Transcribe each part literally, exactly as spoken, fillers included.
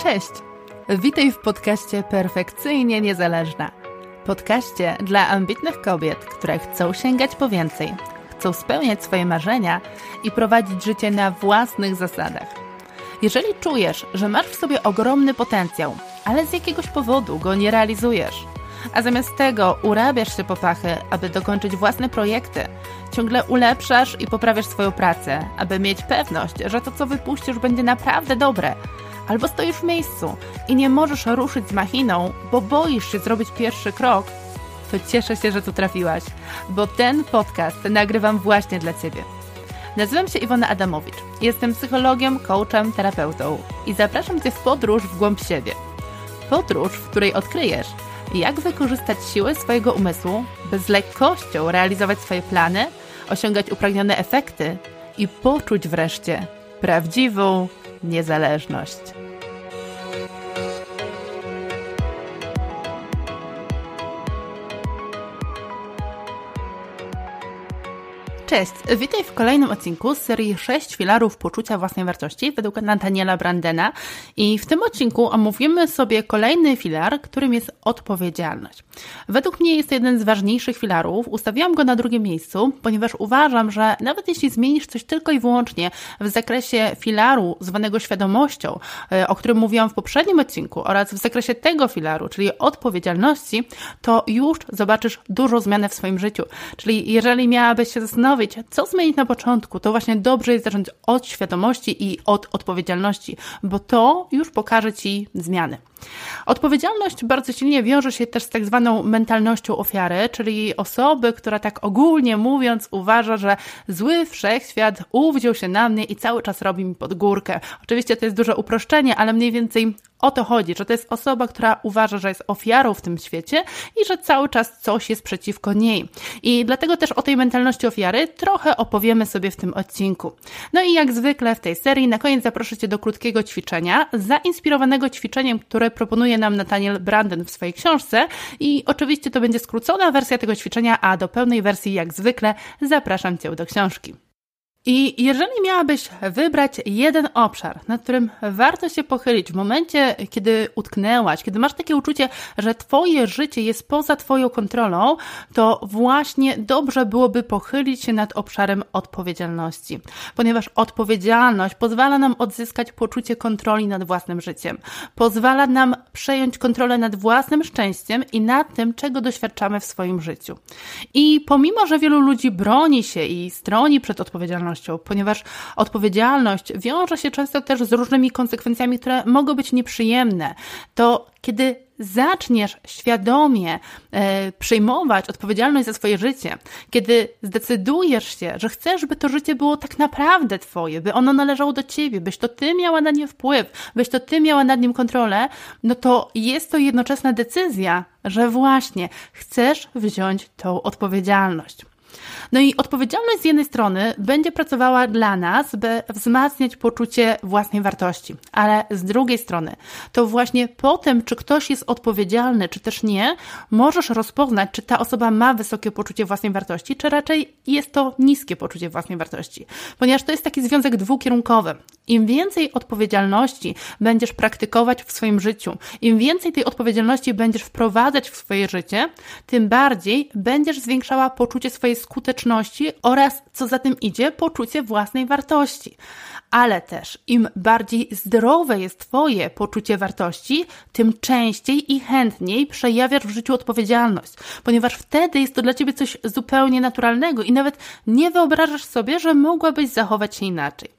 Cześć! Witaj w podcaście Perfekcyjnie Niezależna. Podcaście dla ambitnych kobiet, które chcą sięgać po więcej, chcą spełniać swoje marzenia i prowadzić życie na własnych zasadach. Jeżeli czujesz, że masz w sobie ogromny potencjał, ale z jakiegoś powodu go nie realizujesz, a zamiast tego urabiasz się po pachy, aby dokończyć własne projekty, ciągle ulepszasz i poprawiasz swoją pracę, aby mieć pewność, że to, co wypuścisz, będzie naprawdę dobre, albo stoisz w miejscu i nie możesz ruszyć z machiną, bo boisz się zrobić pierwszy krok, to cieszę się, że tu trafiłaś, bo ten podcast nagrywam właśnie dla Ciebie. Nazywam się Iwona Adamowicz, jestem psychologiem, coachem, terapeutą i zapraszam Cię w podróż w głąb siebie. Podróż, w której odkryjesz, jak wykorzystać siłę swojego umysłu, by z lekkością realizować swoje plany, osiągać upragnione efekty i poczuć wreszcie prawdziwą niezależność. Cześć, witaj w kolejnym odcinku z serii sześć filarów poczucia własnej wartości według Nathaniela Brandena i w tym odcinku omówimy sobie kolejny filar, którym jest odpowiedzialność. Według mnie jest to jeden z ważniejszych filarów, ustawiłam go na drugim miejscu, ponieważ uważam, że nawet jeśli zmienisz coś tylko i wyłącznie w zakresie filaru zwanego świadomością, o którym mówiłam w poprzednim odcinku oraz w zakresie tego filaru, czyli odpowiedzialności, to już zobaczysz dużą zmianę w swoim życiu. Czyli jeżeli miałabyś się zastanowić, co zmienić na początku, to właśnie dobrze jest zacząć od świadomości i od odpowiedzialności, bo to już pokaże Ci zmiany. Odpowiedzialność bardzo silnie wiąże się też z tak zwaną mentalnością ofiary, czyli osoby, która tak ogólnie mówiąc uważa, że zły wszechświat uwziął się na mnie i cały czas robi mi pod górkę. Oczywiście to jest duże uproszczenie, ale mniej więcej o to chodzi, że to jest osoba, która uważa, że jest ofiarą w tym świecie i że cały czas coś jest przeciwko niej. I dlatego też o tej mentalności ofiary trochę opowiemy sobie w tym odcinku. No i jak zwykle w tej serii na koniec zaproszę Cię do krótkiego ćwiczenia, zainspirowanego ćwiczeniem, które proponuje nam Nathaniel Branden w swojej książce i oczywiście to będzie skrócona wersja tego ćwiczenia, a do pełnej wersji jak zwykle zapraszam Cię do książki. I jeżeli miałabyś wybrać jeden obszar, nad którym warto się pochylić w momencie, kiedy utknęłaś, kiedy masz takie uczucie, że Twoje życie jest poza Twoją kontrolą, to właśnie dobrze byłoby pochylić się nad obszarem odpowiedzialności. Ponieważ odpowiedzialność pozwala nam odzyskać poczucie kontroli nad własnym życiem. Pozwala nam przejąć kontrolę nad własnym szczęściem i nad tym, czego doświadczamy w swoim życiu. I pomimo, że wielu ludzi broni się i stroni przed odpowiedzialnością, ponieważ odpowiedzialność wiąże się często też z różnymi konsekwencjami, które mogą być nieprzyjemne, to kiedy zaczniesz świadomie e, przyjmować odpowiedzialność za swoje życie, kiedy zdecydujesz się, że chcesz, by to życie było tak naprawdę Twoje, by ono należało do Ciebie, byś to Ty miała na nie wpływ, byś to Ty miała nad nim kontrolę, no to jest to jednoczesna decyzja, że właśnie chcesz wziąć tą odpowiedzialność. No i odpowiedzialność z jednej strony będzie pracowała dla nas, by wzmacniać poczucie własnej wartości, ale z drugiej strony to właśnie po tym, czy ktoś jest odpowiedzialny, czy też nie, możesz rozpoznać, czy ta osoba ma wysokie poczucie własnej wartości, czy raczej jest to niskie poczucie własnej wartości, ponieważ to jest taki związek dwukierunkowy. Im więcej odpowiedzialności będziesz praktykować w swoim życiu, im więcej tej odpowiedzialności będziesz wprowadzać w swoje życie, tym bardziej będziesz zwiększała poczucie swojej skuteczności oraz, co za tym idzie, poczucie własnej wartości. Ale też im bardziej zdrowe jest Twoje poczucie wartości, tym częściej i chętniej przejawiasz w życiu odpowiedzialność, ponieważ wtedy jest to dla Ciebie coś zupełnie naturalnego i nawet nie wyobrażasz sobie, że mogłabyś zachować się inaczej.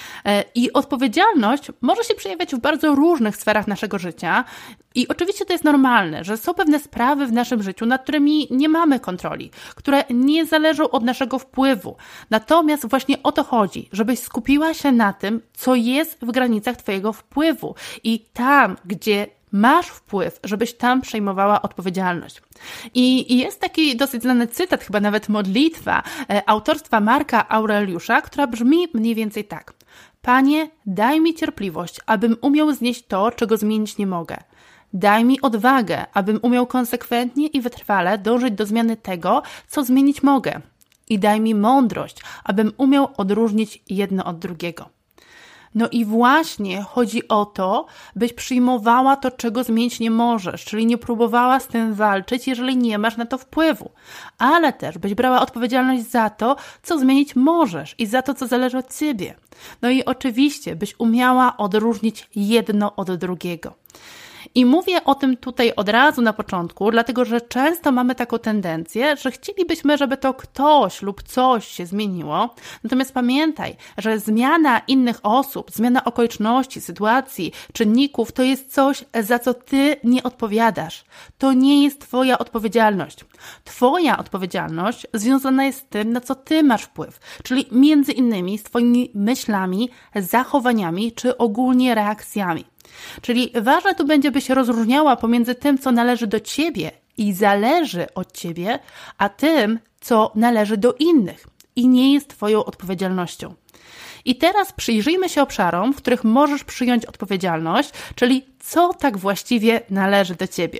I odpowiedzialność może się przejawiać w bardzo różnych sferach naszego życia i oczywiście to jest normalne, że są pewne sprawy w naszym życiu, nad którymi nie mamy kontroli, które nie zależą od naszego wpływu. Natomiast właśnie o to chodzi, żebyś skupiła się na tym, co jest w granicach Twojego wpływu i tam, gdzie masz wpływ, żebyś tam przejmowała odpowiedzialność. I jest taki dosyć znany cytat, chyba nawet modlitwa autorstwa Marka Aureliusza, która brzmi mniej więcej tak. Panie, daj mi cierpliwość, abym umiał znieść to, czego zmienić nie mogę. Daj mi odwagę, abym umiał konsekwentnie i wytrwale dążyć do zmiany tego, co zmienić mogę. I daj mi mądrość, abym umiał odróżnić jedno od drugiego. No i właśnie chodzi o to, byś przyjmowała to, czego zmienić nie możesz, czyli nie próbowała z tym walczyć, jeżeli nie masz na to wpływu, ale też byś brała odpowiedzialność za to, co zmienić możesz i za to, co zależy od ciebie. No i oczywiście byś umiała odróżnić jedno od drugiego. I mówię o tym tutaj od razu na początku, dlatego że często mamy taką tendencję, że chcielibyśmy, żeby to ktoś lub coś się zmieniło. Natomiast pamiętaj, że zmiana innych osób, zmiana okoliczności, sytuacji, czynników to jest coś, za co ty nie odpowiadasz. To nie jest twoja odpowiedzialność. Twoja odpowiedzialność związana jest z tym, na co ty masz wpływ, czyli między innymi z twoimi myślami, zachowaniami czy ogólnie reakcjami. Czyli ważne tu będzie, byś rozróżniała pomiędzy tym, co należy do ciebie i zależy od ciebie, a tym, co należy do innych i nie jest twoją odpowiedzialnością. I teraz przyjrzyjmy się obszarom, w których możesz przyjąć odpowiedzialność, czyli co tak właściwie należy do ciebie.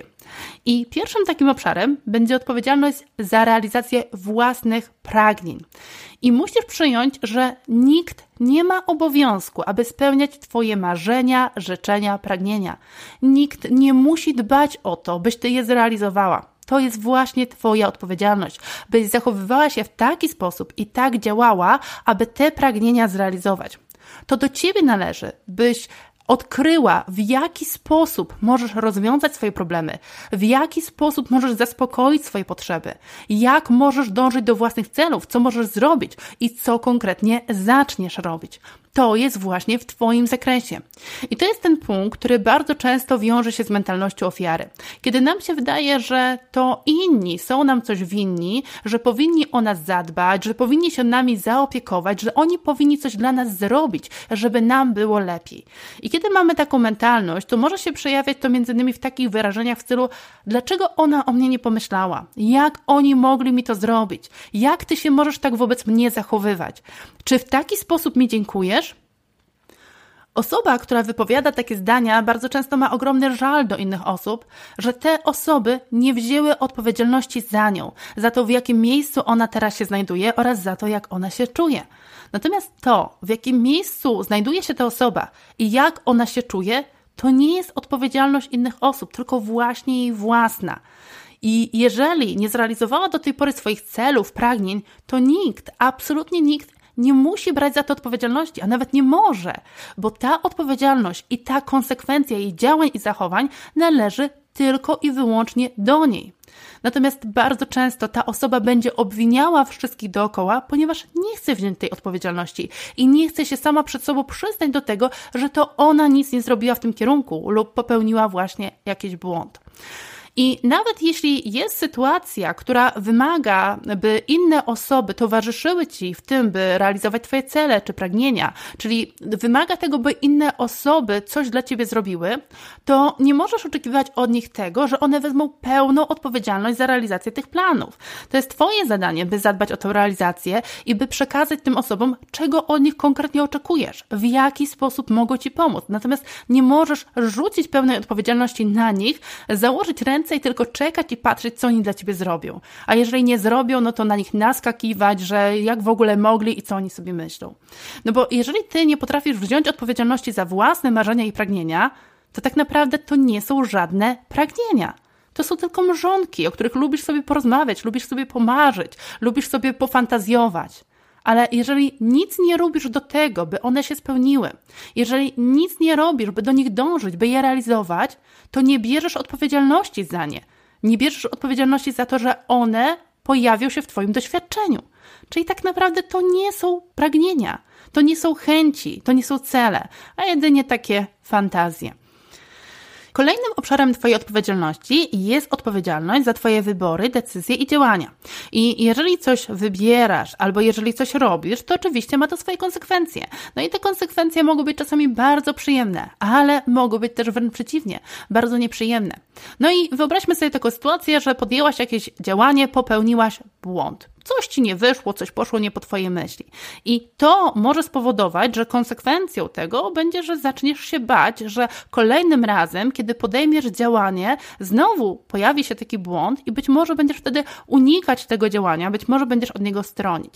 I pierwszym takim obszarem będzie odpowiedzialność za realizację własnych pragnień. I musisz przyjąć, że nikt nie ma obowiązku, aby spełniać twoje marzenia, życzenia, pragnienia. Nikt nie musi dbać o to, byś ty je zrealizowała. To jest właśnie twoja odpowiedzialność, byś zachowywała się w taki sposób i tak działała, aby te pragnienia zrealizować. To do ciebie należy, byś odkryła, w jaki sposób możesz rozwiązać swoje problemy, w jaki sposób możesz zaspokoić swoje potrzeby, jak możesz dążyć do własnych celów, co możesz zrobić i co konkretnie zaczniesz robić. To jest właśnie w twoim zakresie. I to jest ten punkt, który bardzo często wiąże się z mentalnością ofiary. Kiedy nam się wydaje, że to inni są nam coś winni, że powinni o nas zadbać, że powinni się nami zaopiekować, że oni powinni coś dla nas zrobić, żeby nam było lepiej. I kiedy mamy taką mentalność, to może się przejawiać to między innymi w takich wyrażeniach w stylu: dlaczego ona o mnie nie pomyślała? Jak oni mogli mi to zrobić? Jak ty się możesz tak wobec mnie zachowywać? Czy w taki sposób mi dziękujesz? Osoba, która wypowiada takie zdania, bardzo często ma ogromny żal do innych osób, że te osoby nie wzięły odpowiedzialności za nią, za to, w jakim miejscu ona teraz się znajduje oraz za to, jak ona się czuje. Natomiast to, w jakim miejscu znajduje się ta osoba i jak ona się czuje, to nie jest odpowiedzialność innych osób, tylko właśnie jej własna. I jeżeli nie zrealizowała do tej pory swoich celów, pragnień, to nikt, absolutnie nikt nie musi brać za to odpowiedzialności, a nawet nie może, bo ta odpowiedzialność i ta konsekwencja jej działań i zachowań należy tylko i wyłącznie do niej. Natomiast bardzo często ta osoba będzie obwiniała wszystkich dookoła, ponieważ nie chce wziąć tej odpowiedzialności i nie chce się sama przed sobą przyznać do tego, że to ona nic nie zrobiła w tym kierunku lub popełniła właśnie jakiś błąd. I nawet jeśli jest sytuacja, która wymaga, by inne osoby towarzyszyły Ci w tym, by realizować Twoje cele czy pragnienia, czyli wymaga tego, by inne osoby coś dla Ciebie zrobiły, to nie możesz oczekiwać od nich tego, że one wezmą pełną odpowiedzialność za realizację tych planów. To jest Twoje zadanie, by zadbać o tę realizację i by przekazać tym osobom, czego od nich konkretnie oczekujesz, w jaki sposób mogą Ci pomóc. Natomiast nie możesz rzucić pełnej odpowiedzialności na nich, założyć ręce i tylko czekać i patrzeć, co oni dla Ciebie zrobią. A jeżeli nie zrobią, no to na nich naskakiwać, że jak w ogóle mogli i co oni sobie myślą. No bo jeżeli Ty nie potrafisz wziąć odpowiedzialności za własne marzenia i pragnienia, to tak naprawdę to nie są żadne pragnienia. To są tylko mrzonki, o których lubisz sobie porozmawiać, lubisz sobie pomarzyć, lubisz sobie pofantazjować. Ale jeżeli nic nie robisz do tego, by one się spełniły, jeżeli nic nie robisz, by do nich dążyć, by je realizować, to nie bierzesz odpowiedzialności za nie. Nie bierzesz odpowiedzialności za to, że one pojawią się w Twoim doświadczeniu. Czyli tak naprawdę to nie są pragnienia, to nie są chęci, to nie są cele, a jedynie takie fantazje. Kolejnym obszarem Twojej odpowiedzialności jest odpowiedzialność za Twoje wybory, decyzje i działania. I jeżeli coś wybierasz albo jeżeli coś robisz, to oczywiście ma to swoje konsekwencje. No i te konsekwencje mogą być czasami bardzo przyjemne, ale mogą być też wręcz przeciwnie, bardzo nieprzyjemne. No i wyobraźmy sobie taką sytuację, że podjęłaś jakieś działanie, popełniłaś błąd. coś ci nie wyszło, coś poszło nie po twojej myśli. I to może spowodować, że konsekwencją tego będzie, że zaczniesz się bać, że kolejnym razem, kiedy podejmiesz działanie, znowu pojawi się taki błąd i być może będziesz wtedy unikać tego działania, być może będziesz od niego stronić.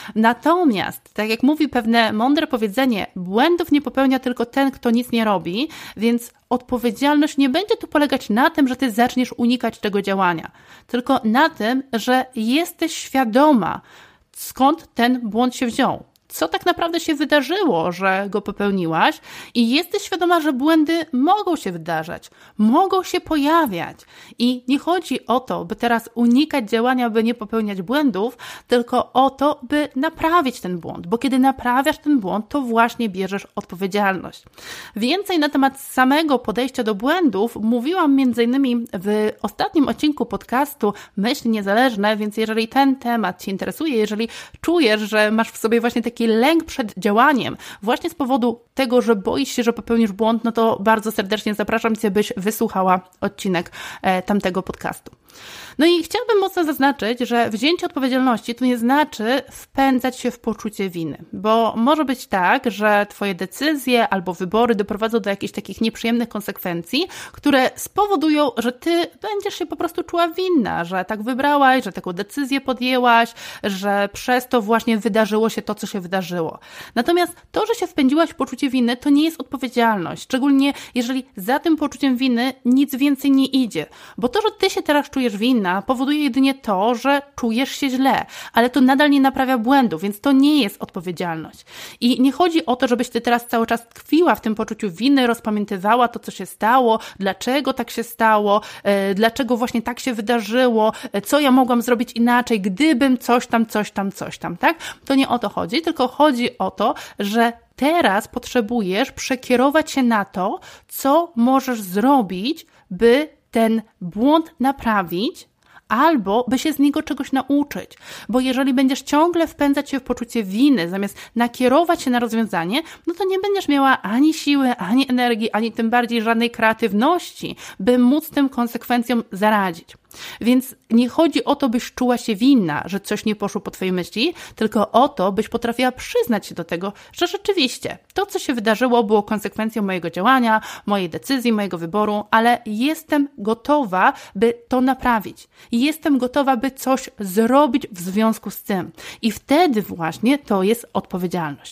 Natomiast, tak jak mówi pewne mądre powiedzenie, błędów nie popełnia tylko ten, kto nic nie robi, więc odpowiedzialność nie będzie tu polegać na tym, że ty zaczniesz unikać tego działania, tylko na tym, że jesteś świadoma, skąd ten błąd się wziął. Co tak naprawdę się wydarzyło, że go popełniłaś i jesteś świadoma, że błędy mogą się wydarzać, mogą się pojawiać. I nie chodzi o to, by teraz unikać działania, by nie popełniać błędów, tylko o to, by naprawić ten błąd, bo kiedy naprawiasz ten błąd, to właśnie bierzesz odpowiedzialność. Więcej na temat samego podejścia do błędów mówiłam między innymi w ostatnim odcinku podcastu Myśli Niezależne, więc jeżeli ten temat Cię interesuje, jeżeli czujesz, że masz w sobie właśnie taki lęk przed działaniem właśnie z powodu tego, że boisz się, że popełnisz błąd, no to bardzo serdecznie zapraszam Cię, byś wysłuchała odcinek e, tamtego podcastu. No i chciałabym mocno zaznaczyć, że wzięcie odpowiedzialności to nie znaczy wpędzać się w poczucie winy, bo może być tak, że Twoje decyzje albo wybory doprowadzą do jakichś takich nieprzyjemnych konsekwencji, które spowodują, że Ty będziesz się po prostu czuła winna, że tak wybrałaś, że taką decyzję podjęłaś, że przez to właśnie wydarzyło się to, co się wydarzyło. Natomiast to, że się wpędziłaś w poczucie winy, to nie jest odpowiedzialność, szczególnie jeżeli za tym poczuciem winy nic więcej nie idzie, bo to, że Ty się teraz czujesz winna, powoduje jedynie to, że czujesz się źle, ale to nadal nie naprawia błędu, więc to nie jest odpowiedzialność. I nie chodzi o to, żebyś ty teraz cały czas tkwiła w tym poczuciu winy, rozpamiętywała to, co się stało, dlaczego tak się stało, e, dlaczego właśnie tak się wydarzyło, e, co ja mogłam zrobić inaczej, gdybym coś tam, coś tam, coś tam, tak? To nie o to chodzi, tylko chodzi o to, że teraz potrzebujesz przekierować się na to, co możesz zrobić, by ten błąd naprawić, albo by się z niego czegoś nauczyć. Bo jeżeli będziesz ciągle wpędzać się w poczucie winy, zamiast nakierować się na rozwiązanie, no to nie będziesz miała ani siły, ani energii, ani tym bardziej żadnej kreatywności, by móc tym konsekwencjom zaradzić. Więc nie chodzi o to, byś czuła się winna, że coś nie poszło po twojej myśli, tylko o to, byś potrafiła przyznać się do tego, że rzeczywiście to, co się wydarzyło, było konsekwencją mojego działania, mojej decyzji, mojego wyboru, ale jestem gotowa, by to naprawić. Jestem gotowa, by coś zrobić w związku z tym. I wtedy właśnie to jest odpowiedzialność.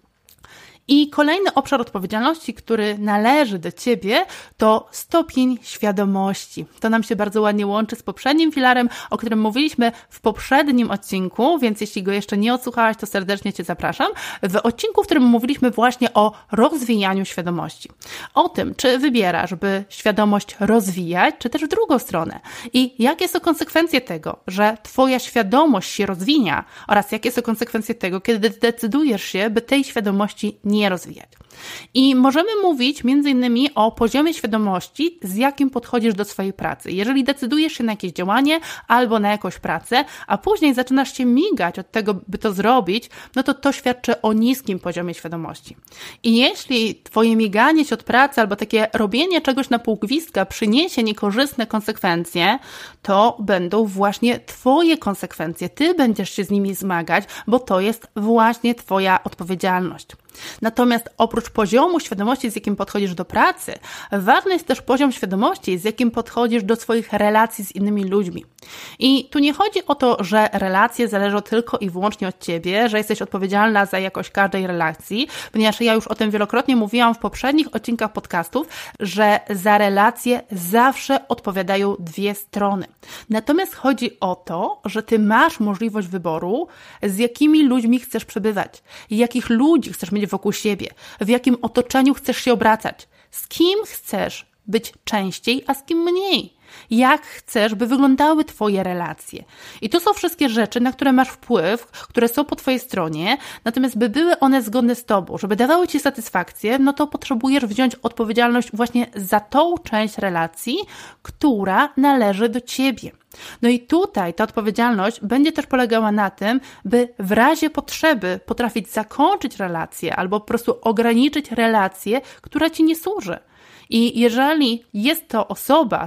I kolejny obszar odpowiedzialności, który należy do Ciebie, to stopień świadomości. To nam się bardzo ładnie łączy z poprzednim filarem, o którym mówiliśmy w poprzednim odcinku, więc jeśli go jeszcze nie odsłuchałaś, to serdecznie Cię zapraszam. W odcinku, w którym mówiliśmy właśnie o rozwijaniu świadomości. O tym, czy wybierasz, by świadomość rozwijać, czy też w drugą stronę. I jakie są konsekwencje tego, że Twoja świadomość się rozwija oraz jakie są konsekwencje tego, kiedy decydujesz się, by tej świadomości nie nie rozwijać. I możemy mówić między innymi o poziomie świadomości, z jakim podchodzisz do swojej pracy. Jeżeli decydujesz się na jakieś działanie albo na jakąś pracę, a później zaczynasz się migać od tego, by to zrobić, no to to świadczy o niskim poziomie świadomości. I jeśli twoje miganie się od pracy albo takie robienie czegoś na pół gwizdka przyniesie niekorzystne konsekwencje, to będą właśnie twoje konsekwencje. Ty będziesz się z nimi zmagać, bo to jest właśnie twoja odpowiedzialność. Natomiast oprócz poziomu świadomości, z jakim podchodzisz do pracy, ważny jest też poziom świadomości, z jakim podchodzisz do swoich relacji z innymi ludźmi. I tu nie chodzi o to, że relacje zależą tylko i wyłącznie od ciebie, że jesteś odpowiedzialna za jakość każdej relacji, ponieważ ja już o tym wielokrotnie mówiłam w poprzednich odcinkach podcastów, że za relacje zawsze odpowiadają dwie strony. Natomiast chodzi o to, że ty masz możliwość wyboru, z jakimi ludźmi chcesz przebywać, jakich ludzi chcesz mieć wokół siebie, w jakim otoczeniu chcesz się obracać, z kim chcesz być częściej, a z kim mniej. Jak chcesz, by wyglądały twoje relacje. I to są wszystkie rzeczy, na które masz wpływ, które są po twojej stronie, natomiast by były one zgodne z tobą, żeby dawały ci satysfakcję, no to potrzebujesz wziąć odpowiedzialność właśnie za tą część relacji, która należy do ciebie. No i tutaj ta odpowiedzialność będzie też polegała na tym, by w razie potrzeby potrafić zakończyć relację albo po prostu ograniczyć relację, która ci nie służy. I jeżeli jest to osoba, z którą masz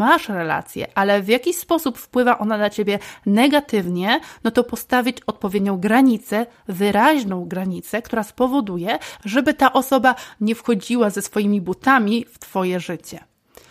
masz relację, ale w jakiś sposób wpływa ona na ciebie negatywnie, no to postawić odpowiednią granicę, wyraźną granicę, która spowoduje, żeby ta osoba nie wchodziła ze swoimi butami w twoje życie.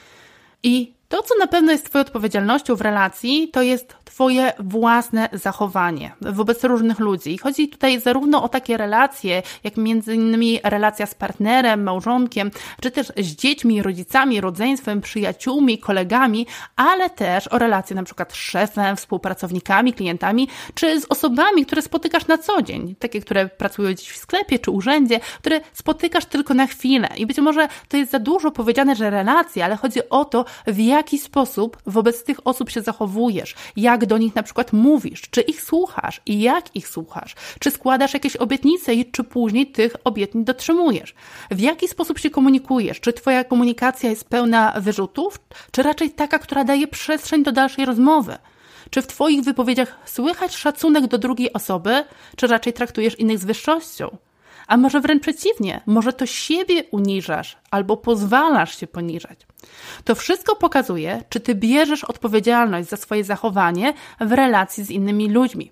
I to, co na pewno jest twoją odpowiedzialnością w relacji, to jest twoje własne zachowanie wobec różnych ludzi. Chodzi tutaj zarówno o takie relacje, jak między innymi relacja z partnerem, małżonkiem, czy też z dziećmi, rodzicami, rodzeństwem, przyjaciółmi, kolegami, ale też o relacje na przykład z szefem, współpracownikami, klientami, czy z osobami, które spotykasz na co dzień. Takie, które pracują gdzieś w sklepie czy urzędzie, które spotykasz tylko na chwilę. I być może to jest za dużo powiedziane, że relacje, ale chodzi o to, w jaki sposób wobec tych osób się zachowujesz, jak do nich na przykład mówisz, czy ich słuchasz i jak ich słuchasz, czy składasz jakieś obietnice i czy później tych obietnic dotrzymujesz, w jaki sposób się komunikujesz, czy twoja komunikacja jest pełna wyrzutów, czy raczej taka, która daje przestrzeń do dalszej rozmowy. Czy w twoich wypowiedziach słychać szacunek do drugiej osoby, czy raczej traktujesz innych z wyższością? A może wręcz przeciwnie, może to siebie uniżasz albo pozwalasz się poniżać. To wszystko pokazuje, czy ty bierzesz odpowiedzialność za swoje zachowanie w relacji z innymi ludźmi.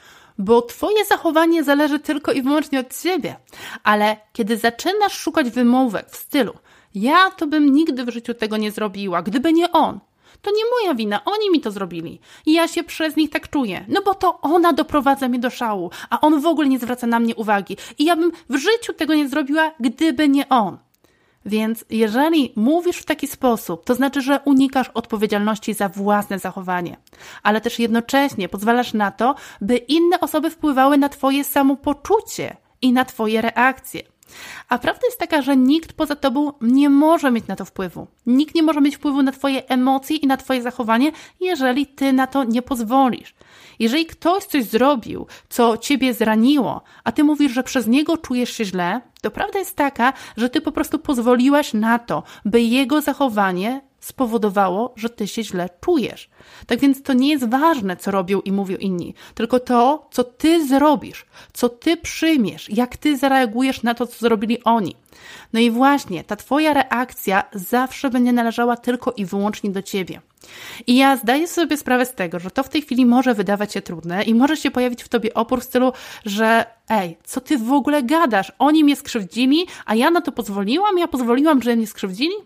Bo twoje zachowanie zależy tylko i wyłącznie od ciebie. Ale kiedy zaczynasz szukać wymówek w stylu ja to bym nigdy w życiu tego nie zrobiła, gdyby nie on, to nie moja wina, oni mi to zrobili. I ja się przez nich tak czuję. No bo to ona doprowadza mnie do szału, a on w ogóle nie zwraca na mnie uwagi. I ja bym w życiu tego nie zrobiła, gdyby nie on. Więc jeżeli mówisz w taki sposób, to znaczy, że unikasz odpowiedzialności za własne zachowanie, ale też jednocześnie pozwalasz na to, by inne osoby wpływały na twoje samopoczucie i na twoje reakcje. A prawda jest taka, że nikt poza tobą nie może mieć na to wpływu. Nikt nie może mieć wpływu na twoje emocje i na twoje zachowanie, jeżeli ty na to nie pozwolisz. Jeżeli ktoś coś zrobił, co ciebie zraniło, a ty mówisz, że przez niego czujesz się źle, to prawda jest taka, że ty po prostu pozwoliłaś na to, by jego zachowanie spowodowało, że ty się źle czujesz. Tak więc to nie jest ważne, co robią i mówią inni, tylko to, co ty zrobisz, co ty przyjmiesz, jak ty zareagujesz na to, co zrobili oni. No i właśnie, ta twoja reakcja zawsze będzie należała tylko i wyłącznie do ciebie. I ja zdaję sobie sprawę z tego, że to w tej chwili może wydawać się trudne i może się pojawić w tobie opór w stylu, że ej, co ty w ogóle gadasz? Oni mnie skrzywdzili, a ja na to pozwoliłam? Ja pozwoliłam, że mnie skrzywdzili?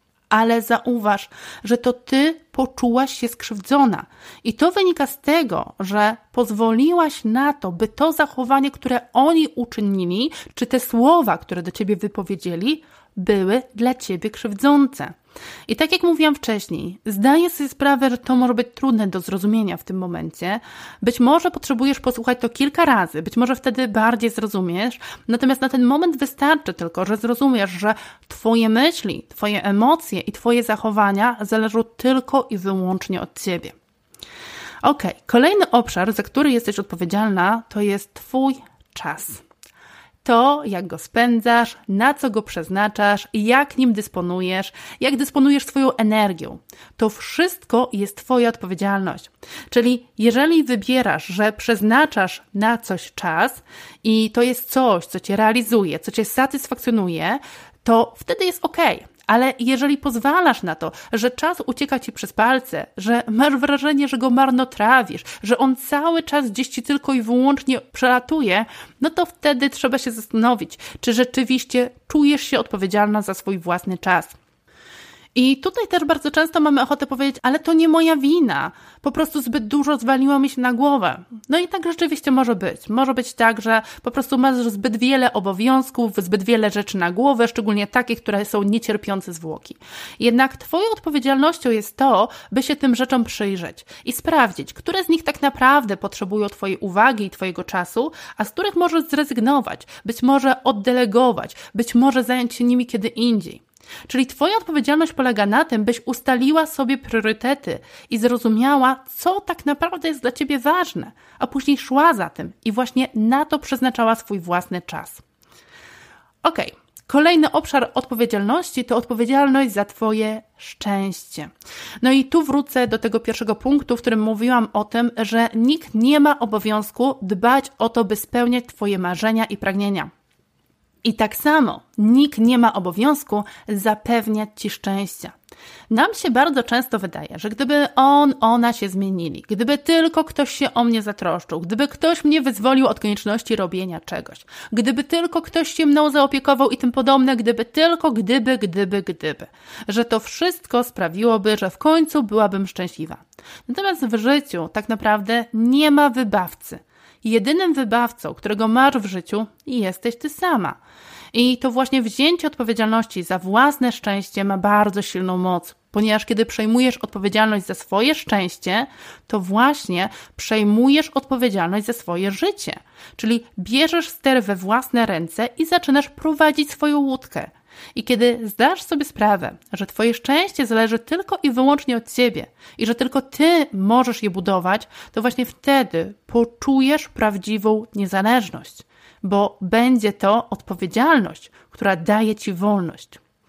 Ale zauważ, że to ty poczułaś się skrzywdzona. I to wynika z tego, że pozwoliłaś na to, by to zachowanie, które oni uczynili, czy te słowa, które do ciebie wypowiedzieli, były dla ciebie krzywdzące. I tak jak mówiłam wcześniej, zdaję sobie sprawę, że to może być trudne do zrozumienia w tym momencie. Być może potrzebujesz posłuchać to kilka razy, być może wtedy bardziej zrozumiesz, natomiast na ten moment wystarczy tylko, że zrozumiesz, że twoje myśli, twoje emocje i twoje zachowania zależą tylko i wyłącznie od ciebie. Okej, kolejny obszar, za który jesteś odpowiedzialna, to jest twój czas. To, jak go spędzasz, na co go przeznaczasz, jak nim dysponujesz, jak dysponujesz swoją energią. To wszystko jest twoja odpowiedzialność. Czyli jeżeli wybierasz, że przeznaczasz na coś czas i to jest coś, co cię realizuje, co cię satysfakcjonuje, to wtedy jest okej. Ale jeżeli pozwalasz na to, że czas ucieka ci przez palce, że masz wrażenie, że go marnotrawisz, że on cały czas gdzieś ci tylko i wyłącznie przelatuje, no to wtedy trzeba się zastanowić, czy rzeczywiście czujesz się odpowiedzialna za swój własny czas. I tutaj też bardzo często mamy ochotę powiedzieć, ale to nie moja wina, po prostu zbyt dużo zwaliło mi się na głowę. No i tak rzeczywiście może być. Może być tak, że po prostu masz zbyt wiele obowiązków, zbyt wiele rzeczy na głowę, szczególnie takich, które są niecierpiące zwłoki. Jednak twoją odpowiedzialnością jest to, by się tym rzeczom przyjrzeć i sprawdzić, które z nich tak naprawdę potrzebują twojej uwagi i twojego czasu, a z których możesz zrezygnować, być może oddelegować, być może zająć się nimi kiedy indziej. Czyli twoja odpowiedzialność polega na tym, byś ustaliła sobie priorytety i zrozumiała, co tak naprawdę jest dla ciebie ważne, a później szła za tym i właśnie na to przeznaczała swój własny czas. Okej, kolejny obszar odpowiedzialności to odpowiedzialność za twoje szczęście. No i tu wrócę do tego pierwszego punktu, w którym mówiłam o tym, że nikt nie ma obowiązku dbać o to, by spełniać twoje marzenia i pragnienia. I tak samo nikt nie ma obowiązku zapewniać Ci szczęścia. Nam się bardzo często wydaje, że gdyby on, ona się zmienili, gdyby tylko ktoś się o mnie zatroszczył, gdyby ktoś mnie wyzwolił od konieczności robienia czegoś, gdyby tylko ktoś się mną zaopiekował i tym podobne, gdyby tylko, gdyby, gdyby, gdyby, że to wszystko sprawiłoby, że w końcu byłabym szczęśliwa. Natomiast w życiu tak naprawdę nie ma wybawcy. Jedynym wybawcą, którego masz w życiu, jesteś Ty sama. I to właśnie wzięcie odpowiedzialności za własne szczęście ma bardzo silną moc, ponieważ kiedy przejmujesz odpowiedzialność za swoje szczęście, to właśnie przejmujesz odpowiedzialność za swoje życie. Czyli bierzesz ster we własne ręce i zaczynasz prowadzić swoją łódkę. I kiedy zdasz sobie sprawę, że Twoje szczęście zależy tylko i wyłącznie od Ciebie i że tylko Ty możesz je budować, to właśnie wtedy poczujesz prawdziwą niezależność, bo będzie to odpowiedzialność, która daje Ci wolność.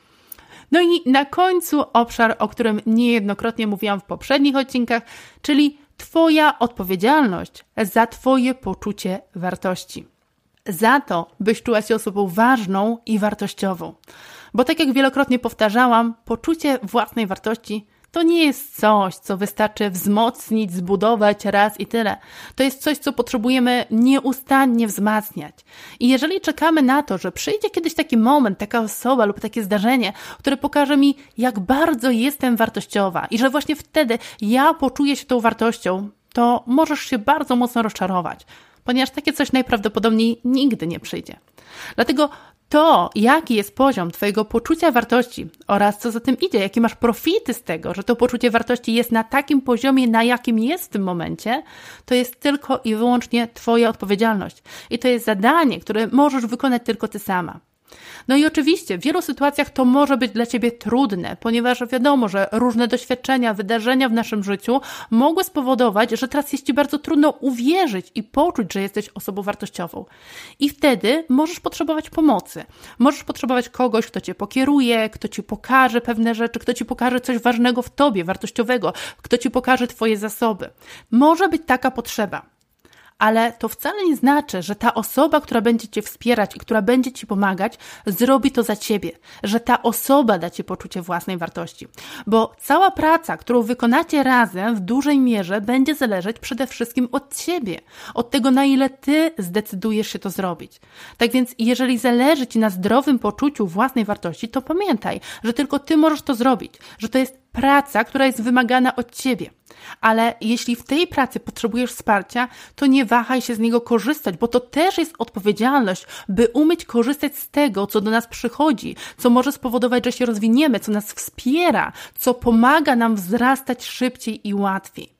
No i na końcu obszar, o którym niejednokrotnie mówiłam w poprzednich odcinkach, czyli Twoja odpowiedzialność za Twoje poczucie wartości. Za to, byś czuła się osobą ważną i wartościową. Bo tak jak wielokrotnie powtarzałam, poczucie własnej wartości to nie jest coś, co wystarczy wzmocnić, zbudować raz i tyle. To jest coś, co potrzebujemy nieustannie wzmacniać. I jeżeli czekamy na to, że przyjdzie kiedyś taki moment, taka osoba lub takie zdarzenie, które pokaże mi, jak bardzo jestem wartościowa i że właśnie wtedy ja poczuję się tą wartością, to możesz się bardzo mocno rozczarować, ponieważ takie coś najprawdopodobniej nigdy nie przyjdzie. Dlatego to, jaki jest poziom Twojego poczucia wartości oraz co za tym idzie, jakie masz profity z tego, że to poczucie wartości jest na takim poziomie, na jakim jest w tym momencie, to jest tylko i wyłącznie Twoja odpowiedzialność. I to jest zadanie, które możesz wykonać tylko Ty sama. No i oczywiście w wielu sytuacjach to może być dla Ciebie trudne, ponieważ wiadomo, że różne doświadczenia, wydarzenia w naszym życiu mogły spowodować, że teraz jest Ci bardzo trudno uwierzyć i poczuć, że jesteś osobą wartościową. I wtedy możesz potrzebować pomocy. Możesz potrzebować kogoś, kto Cię pokieruje, kto Ci pokaże pewne rzeczy, kto Ci pokaże coś ważnego w Tobie, wartościowego, kto Ci pokaże Twoje zasoby. Może być taka potrzeba. Ale to wcale nie znaczy, że ta osoba, która będzie Cię wspierać i która będzie Ci pomagać, zrobi to za Ciebie, że ta osoba da Ci poczucie własnej wartości. Bo cała praca, którą wykonacie razem w dużej mierze będzie zależeć przede wszystkim od Ciebie, od tego, na ile Ty zdecydujesz się to zrobić. Tak więc jeżeli zależy Ci na zdrowym poczuciu własnej wartości, to pamiętaj, że tylko Ty możesz to zrobić, że to jest praca, która jest wymagana od Ciebie. Ale jeśli w tej pracy potrzebujesz wsparcia, to nie wahaj się z niego korzystać, bo to też jest odpowiedzialność, by umieć korzystać z tego, co do nas przychodzi, co może spowodować, że się rozwiniemy, co nas wspiera, co pomaga nam wzrastać szybciej i łatwiej.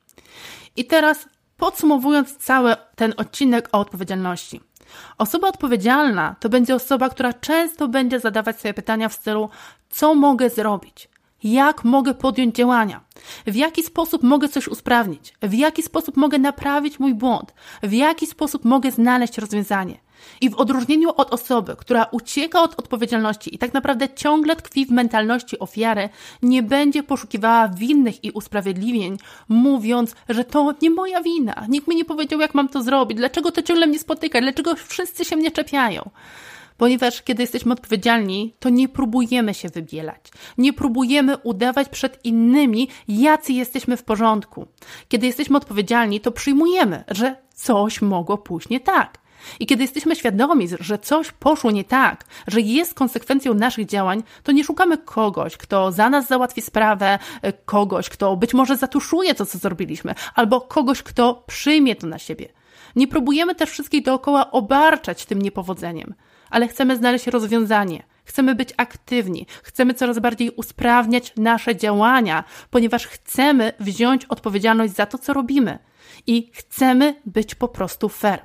I teraz podsumowując cały ten odcinek o odpowiedzialności. Osoba odpowiedzialna to będzie osoba, która często będzie zadawać sobie pytania w stylu: co mogę zrobić? Jak mogę podjąć działania? W jaki sposób mogę coś usprawnić? W jaki sposób mogę naprawić mój błąd? W jaki sposób mogę znaleźć rozwiązanie? I w odróżnieniu od osoby, która ucieka od odpowiedzialności i tak naprawdę ciągle tkwi w mentalności ofiary, nie będzie poszukiwała winnych i usprawiedliwień, mówiąc, że to nie moja wina, nikt mi nie powiedział, jak mam to zrobić, dlaczego to ciągle mnie spotyka, dlaczego wszyscy się mnie czepiają. Ponieważ kiedy jesteśmy odpowiedzialni, to nie próbujemy się wybielać. Nie próbujemy udawać przed innymi, jacy jesteśmy w porządku. Kiedy jesteśmy odpowiedzialni, to przyjmujemy, że coś mogło pójść nie tak. I kiedy jesteśmy świadomi, że coś poszło nie tak, że jest konsekwencją naszych działań, to nie szukamy kogoś, kto za nas załatwi sprawę, kogoś, kto być może zatuszuje to, co zrobiliśmy, albo kogoś, kto przyjmie to na siebie. Nie próbujemy też wszystkich dookoła obarczać tym niepowodzeniem, ale chcemy znaleźć rozwiązanie. Chcemy być aktywni, chcemy coraz bardziej usprawniać nasze działania, ponieważ chcemy wziąć odpowiedzialność za to, co robimy i chcemy być po prostu fair.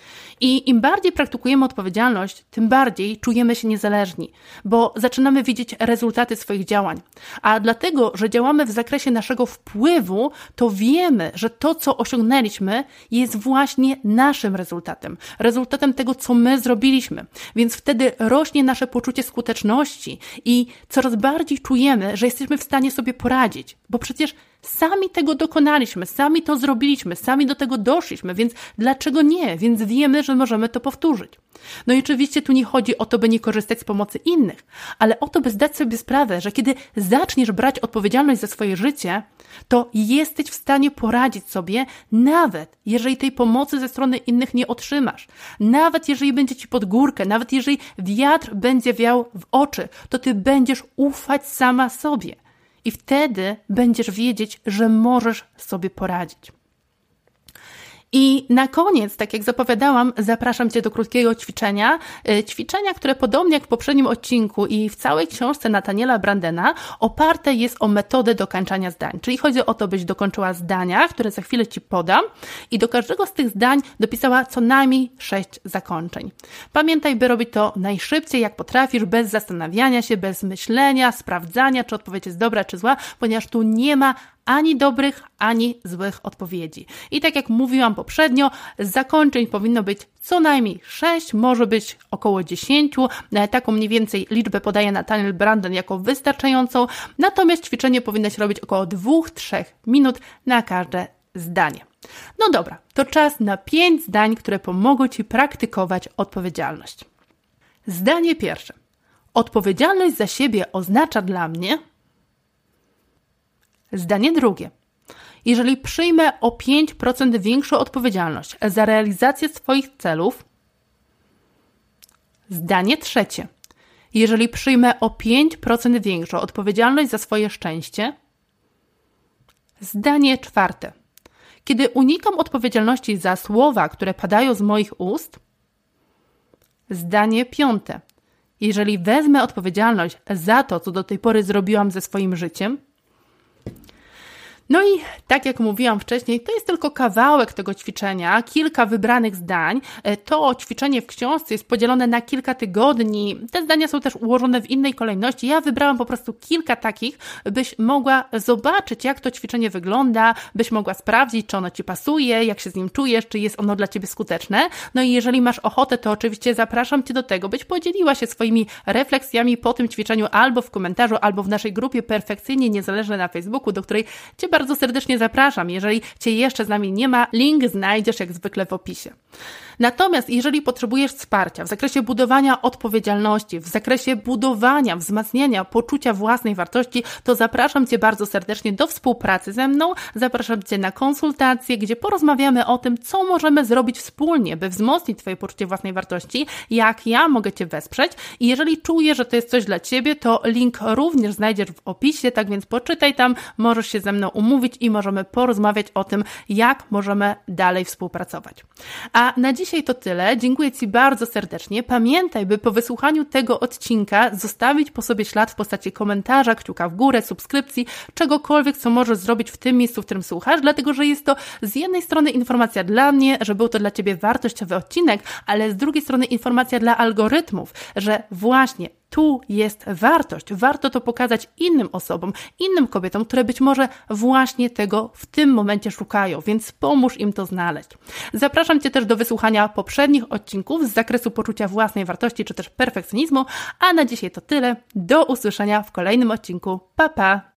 I im bardziej praktykujemy odpowiedzialność, tym bardziej czujemy się niezależni, bo zaczynamy widzieć rezultaty swoich działań. A dlatego, że działamy w zakresie naszego wpływu, to wiemy, że to, co osiągnęliśmy, jest właśnie naszym rezultatem. Rezultatem tego, co my zrobiliśmy. Więc wtedy rośnie nasze poczucie skuteczności i coraz bardziej czujemy, że jesteśmy w stanie sobie poradzić, bo przecież Sami tego dokonaliśmy, sami to zrobiliśmy, sami do tego doszliśmy, więc dlaczego nie? Więc wiemy, że możemy to powtórzyć. No i oczywiście tu nie chodzi o to, by nie korzystać z pomocy innych, ale o to, by zdać sobie sprawę, że kiedy zaczniesz brać odpowiedzialność za swoje życie, to jesteś w stanie poradzić sobie, nawet jeżeli tej pomocy ze strony innych nie otrzymasz. Nawet jeżeli będzie ci pod górkę, nawet jeżeli wiatr będzie wiał w oczy, to ty będziesz ufać sama sobie. I wtedy będziesz wiedzieć, że możesz sobie poradzić. I na koniec, tak jak zapowiadałam, zapraszam Cię do krótkiego ćwiczenia. Ćwiczenia, które podobnie jak w poprzednim odcinku i w całej książce Nathaniela Brandena oparte jest o metodę dokończania zdań. Czyli chodzi o to, byś dokończyła zdania, które za chwilę Ci podam i do każdego z tych zdań dopisała co najmniej sześć zakończeń. Pamiętaj, by robić to najszybciej jak potrafisz, bez zastanawiania się, bez myślenia, sprawdzania, czy odpowiedź jest dobra, czy zła, ponieważ tu nie ma ani dobrych, ani złych odpowiedzi. I tak jak mówiłam poprzednio, zakończeń powinno być co najmniej sześć, może być około dziesięć. Taką mniej więcej liczbę podaje Nathaniel Branden jako wystarczającą. Natomiast ćwiczenie powinnaś robić około dwa do trzech minut na każde zdanie. No dobra, to czas na pięć zdań, które pomogą Ci praktykować odpowiedzialność. Zdanie pierwsze. Odpowiedzialność za siebie oznacza dla mnie... Zdanie drugie. Jeżeli przyjmę o pięć procent większą odpowiedzialność za realizację swoich celów. Zdanie trzecie. Jeżeli przyjmę o pięć procent większą odpowiedzialność za swoje szczęście. Zdanie czwarte. Kiedy unikam odpowiedzialności za słowa, które padają z moich ust. Zdanie piąte. Jeżeli wezmę odpowiedzialność za to, co do tej pory zrobiłam ze swoim życiem. No i tak jak mówiłam wcześniej, to jest tylko kawałek tego ćwiczenia, kilka wybranych zdań. To ćwiczenie w książce jest podzielone na kilka tygodni. Te zdania są też ułożone w innej kolejności. Ja wybrałam po prostu kilka takich, byś mogła zobaczyć, jak to ćwiczenie wygląda, byś mogła sprawdzić, czy ono Ci pasuje, jak się z nim czujesz, czy jest ono dla Ciebie skuteczne. No i jeżeli masz ochotę, to oczywiście zapraszam Cię do tego, byś podzieliła się swoimi refleksjami po tym ćwiczeniu albo w komentarzu, albo w naszej grupie Perfekcyjnie Niezależne na Facebooku, do której Cię bardzo serdecznie zapraszam. Jeżeli Cię jeszcze z nami nie ma, link znajdziesz jak zwykle w opisie. Natomiast jeżeli potrzebujesz wsparcia w zakresie budowania odpowiedzialności, w zakresie budowania, wzmacniania poczucia własnej wartości, to zapraszam Cię bardzo serdecznie do współpracy ze mną. Zapraszam Cię na konsultacje, gdzie porozmawiamy o tym, co możemy zrobić wspólnie, by wzmocnić Twoje poczucie własnej wartości, jak ja mogę Cię wesprzeć. I jeżeli czujesz, że to jest coś dla Ciebie, to link również znajdziesz w opisie, tak więc poczytaj tam, możesz się ze mną umówić i możemy porozmawiać o tym, jak możemy dalej współpracować. A na dziś Dzisiaj to tyle. Dziękuję Ci bardzo serdecznie. Pamiętaj, by po wysłuchaniu tego odcinka zostawić po sobie ślad w postaci komentarza, kciuka w górę, subskrypcji, czegokolwiek, co możesz zrobić w tym miejscu, w którym słuchasz, dlatego że jest to z jednej strony informacja dla mnie, że był to dla Ciebie wartościowy odcinek, ale z drugiej strony informacja dla algorytmów, że właśnie tu jest wartość. Warto to pokazać innym osobom, innym kobietom, które być może właśnie tego w tym momencie szukają, więc pomóż im to znaleźć. Zapraszam Cię też do wysłuchania poprzednich odcinków z zakresu poczucia własnej wartości czy też perfekcjonizmu, a na dzisiaj to tyle. Do usłyszenia w kolejnym odcinku. Pa, pa!